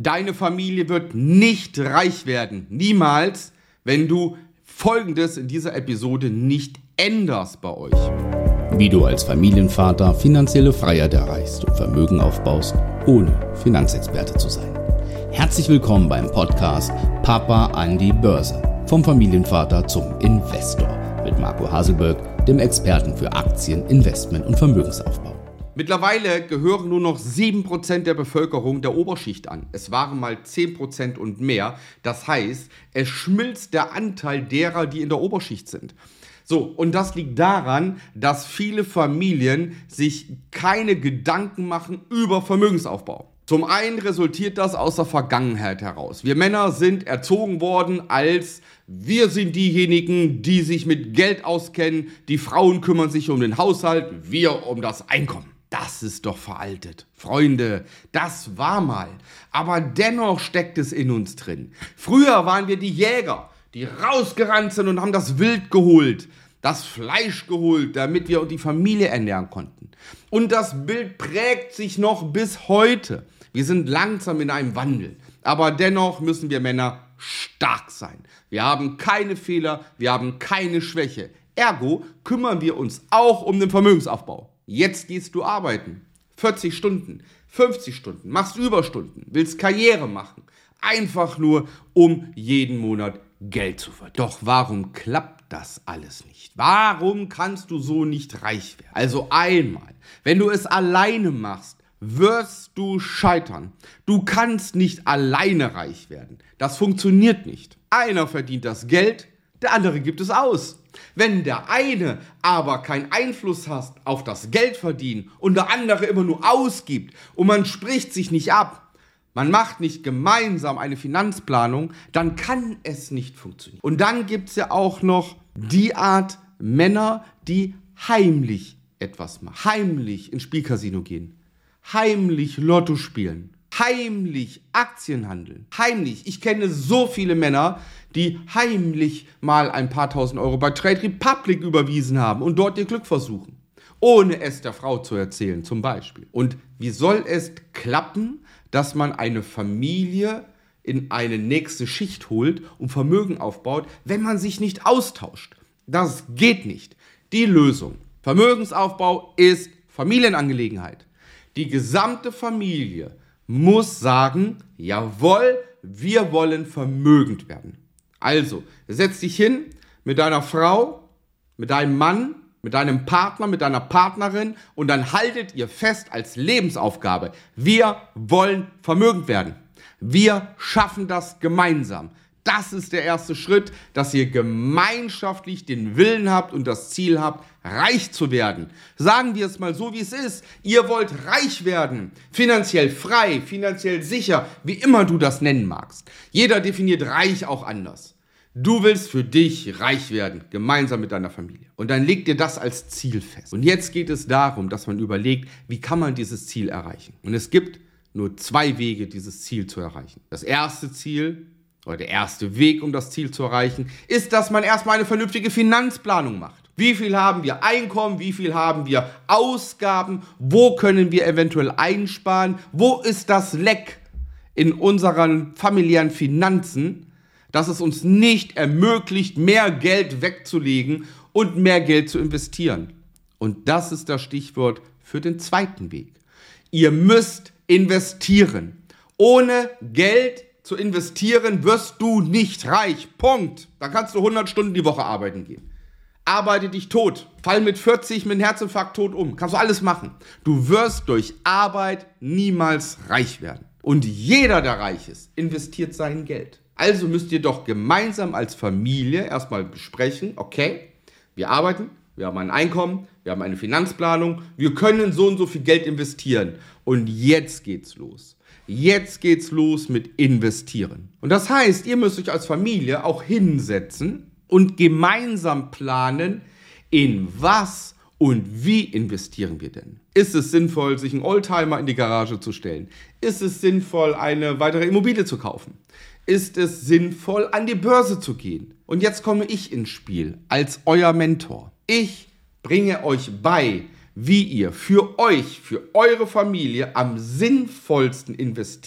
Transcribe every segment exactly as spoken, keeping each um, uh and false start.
Deine Familie wird nicht reich werden, niemals, wenn du Folgendes in dieser Episode nicht änderst bei euch. Wie du als Familienvater finanzielle Freiheit erreichst und Vermögen aufbaust, ohne Finanzexperte zu sein. Herzlich willkommen beim Podcast Papa an die Börse. Vom Familienvater zum Investor mit Marco Haselberg, dem Experten für Aktien, Investment und Vermögensaufbau. Mittlerweile gehören nur noch sieben Prozent der Bevölkerung der Oberschicht an. Es waren mal zehn Prozent und mehr. Das heißt, es schmilzt der Anteil derer, die in der Oberschicht sind. So, und das liegt daran, dass viele Familien sich keine Gedanken machen über Vermögensaufbau. Zum einen resultiert das aus der Vergangenheit heraus. Wir Männer sind erzogen worden als wir sind diejenigen, die sich mit Geld auskennen. Die Frauen kümmern sich um den Haushalt, wir um das Einkommen. Das ist doch veraltet. Freunde, das war mal. Aber dennoch steckt es in uns drin. Früher waren wir die Jäger, die rausgerannt sind und haben das Wild geholt, das Fleisch geholt, damit wir die Familie ernähren konnten. Und das Bild prägt sich noch bis heute. Wir sind langsam in einem Wandel. Aber dennoch müssen wir Männer stark sein. Wir haben keine Fehler, wir haben keine Schwäche. Ergo kümmern wir uns auch um den Vermögensaufbau. Jetzt gehst du arbeiten, vierzig Stunden, fünfzig Stunden, machst Überstunden, willst Karriere machen, einfach nur, um jeden Monat Geld zu verdienen. Doch warum klappt das alles nicht? Warum kannst du so nicht reich werden? Also einmal, wenn du es alleine machst, wirst du scheitern. Du kannst nicht alleine reich werden. Das funktioniert nicht. Einer verdient das Geld, der andere gibt es aus. Wenn der eine aber keinen Einfluss hat auf das Geldverdienen und der andere immer nur ausgibt und man spricht sich nicht ab, man macht nicht gemeinsam eine Finanzplanung, dann kann es nicht funktionieren. Und dann gibt es ja auch noch die Art Männer, die heimlich etwas machen, heimlich ins Spielcasino gehen, heimlich Lotto spielen, heimlich Aktien handeln, heimlich. Ich kenne so viele Männer, die heimlich mal ein paar tausend Euro bei Trade Republic überwiesen haben und dort ihr Glück versuchen, ohne es der Frau zu erzählen zum Beispiel. Und wie soll es klappen, dass man eine Familie in eine nächste Schicht holt und Vermögen aufbaut, wenn man sich nicht austauscht? Das geht nicht. Die Lösung: Vermögensaufbau ist Familienangelegenheit. Die gesamte Familie muss sagen, jawohl, wir wollen vermögend werden. Also, setz dich hin mit deiner Frau, mit deinem Mann, mit deinem Partner, mit deiner Partnerin und dann haltet ihr fest als Lebensaufgabe: Wir wollen vermögend werden. Wir schaffen das gemeinsam. Das ist der erste Schritt, dass ihr gemeinschaftlich den Willen habt und das Ziel habt, reich zu werden. Sagen wir es mal so, wie es ist. Ihr wollt reich werden, finanziell frei, finanziell sicher, wie immer du das nennen magst. Jeder definiert reich auch anders. Du willst für dich reich werden, gemeinsam mit deiner Familie. Und dann leg dir das als Ziel fest. Und jetzt geht es darum, dass man überlegt, wie kann man dieses Ziel erreichen. Und es gibt nur zwei Wege, dieses Ziel zu erreichen. Das erste Ziel oder der erste Weg, um das Ziel zu erreichen, ist, dass man erstmal eine vernünftige Finanzplanung macht. Wie viel haben wir Einkommen? Wie viel haben wir Ausgaben? Wo können wir eventuell einsparen? Wo ist das Leck in unseren familiären Finanzen, dass es uns nicht ermöglicht, mehr Geld wegzulegen und mehr Geld zu investieren? Und das ist das Stichwort für den zweiten Weg. Ihr müsst investieren. Ohne Geld zu investieren wirst du nicht reich. Punkt. Dann kannst du hundert Stunden die Woche arbeiten gehen. Arbeite dich tot. Fall mit vierzig mit einem Herzinfarkt tot um. Kannst du alles machen. Du wirst durch Arbeit niemals reich werden. Und jeder, der reich ist, investiert sein Geld. Also müsst ihr doch gemeinsam als Familie erstmal besprechen, okay, wir arbeiten, wir haben ein Einkommen, wir haben eine Finanzplanung, wir können so und so viel Geld investieren. Und jetzt geht's los. Jetzt geht's los mit Investieren. Und das heißt, ihr müsst euch als Familie auch hinsetzen und gemeinsam planen, in was und wie investieren wir denn? Ist es sinnvoll, sich einen Oldtimer in die Garage zu stellen? Ist es sinnvoll, eine weitere Immobilie zu kaufen? Ist es sinnvoll, an die Börse zu gehen? Und jetzt komme ich ins Spiel als euer Mentor. Ich bringe euch bei, wie ihr für euch, für eure Familie am sinnvollsten investiert.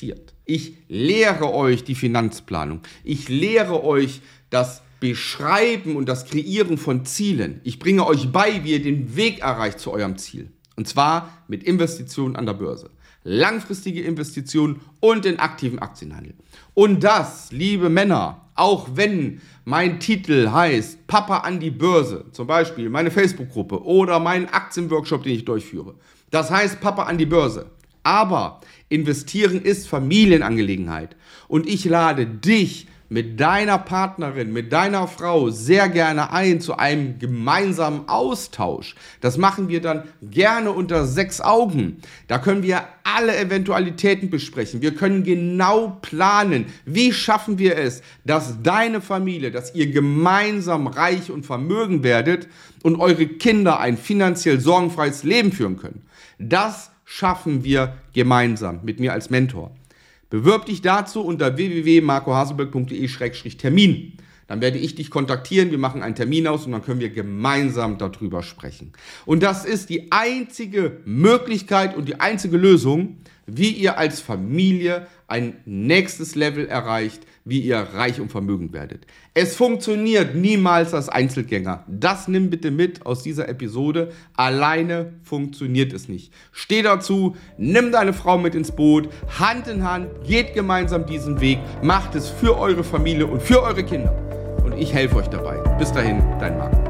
Ich lehre euch die Finanzplanung. Ich lehre euch das Beschreiben und das Kreieren von Zielen. Ich bringe euch bei, wie ihr den Weg erreicht zu eurem Ziel. Und zwar mit Investitionen an der Börse. Langfristige Investitionen und den aktiven Aktienhandel. Und das, liebe Männer, auch wenn mein Titel heißt Papa an die Börse, zum Beispiel meine Facebook-Gruppe oder meinen Aktienworkshop, den ich durchführe. Das heißt Papa an die Börse. Aber investieren ist Familienangelegenheit. Und ich lade dich mit deiner Partnerin, mit deiner Frau sehr gerne ein zu einem gemeinsamen Austausch. Das machen wir dann gerne unter sechs Augen. Da können wir alle Eventualitäten besprechen. Wir können genau planen, wie schaffen wir es, dass deine Familie, dass ihr gemeinsam reich und vermögen werdet und eure Kinder ein finanziell sorgenfreies Leben führen können. Das schaffen wir gemeinsam mit mir als Mentor. Bewirb dich dazu unter w w w punkt marco haselberg punkt de Schrägstrich Termin. Dann werde ich dich kontaktieren, wir machen einen Termin aus und dann können wir gemeinsam darüber sprechen. Und das ist die einzige Möglichkeit und die einzige Lösung, wie ihr als Familie ein nächstes Level erreicht, wie ihr reich und vermögend werdet. Es funktioniert niemals als Einzelgänger. Das nimm bitte mit aus dieser Episode. Alleine funktioniert es nicht. Steh dazu, nimm deine Frau mit ins Boot, Hand in Hand, geht gemeinsam diesen Weg, macht es für eure Familie und für eure Kinder. Und ich helfe euch dabei. Bis dahin, dein Marco.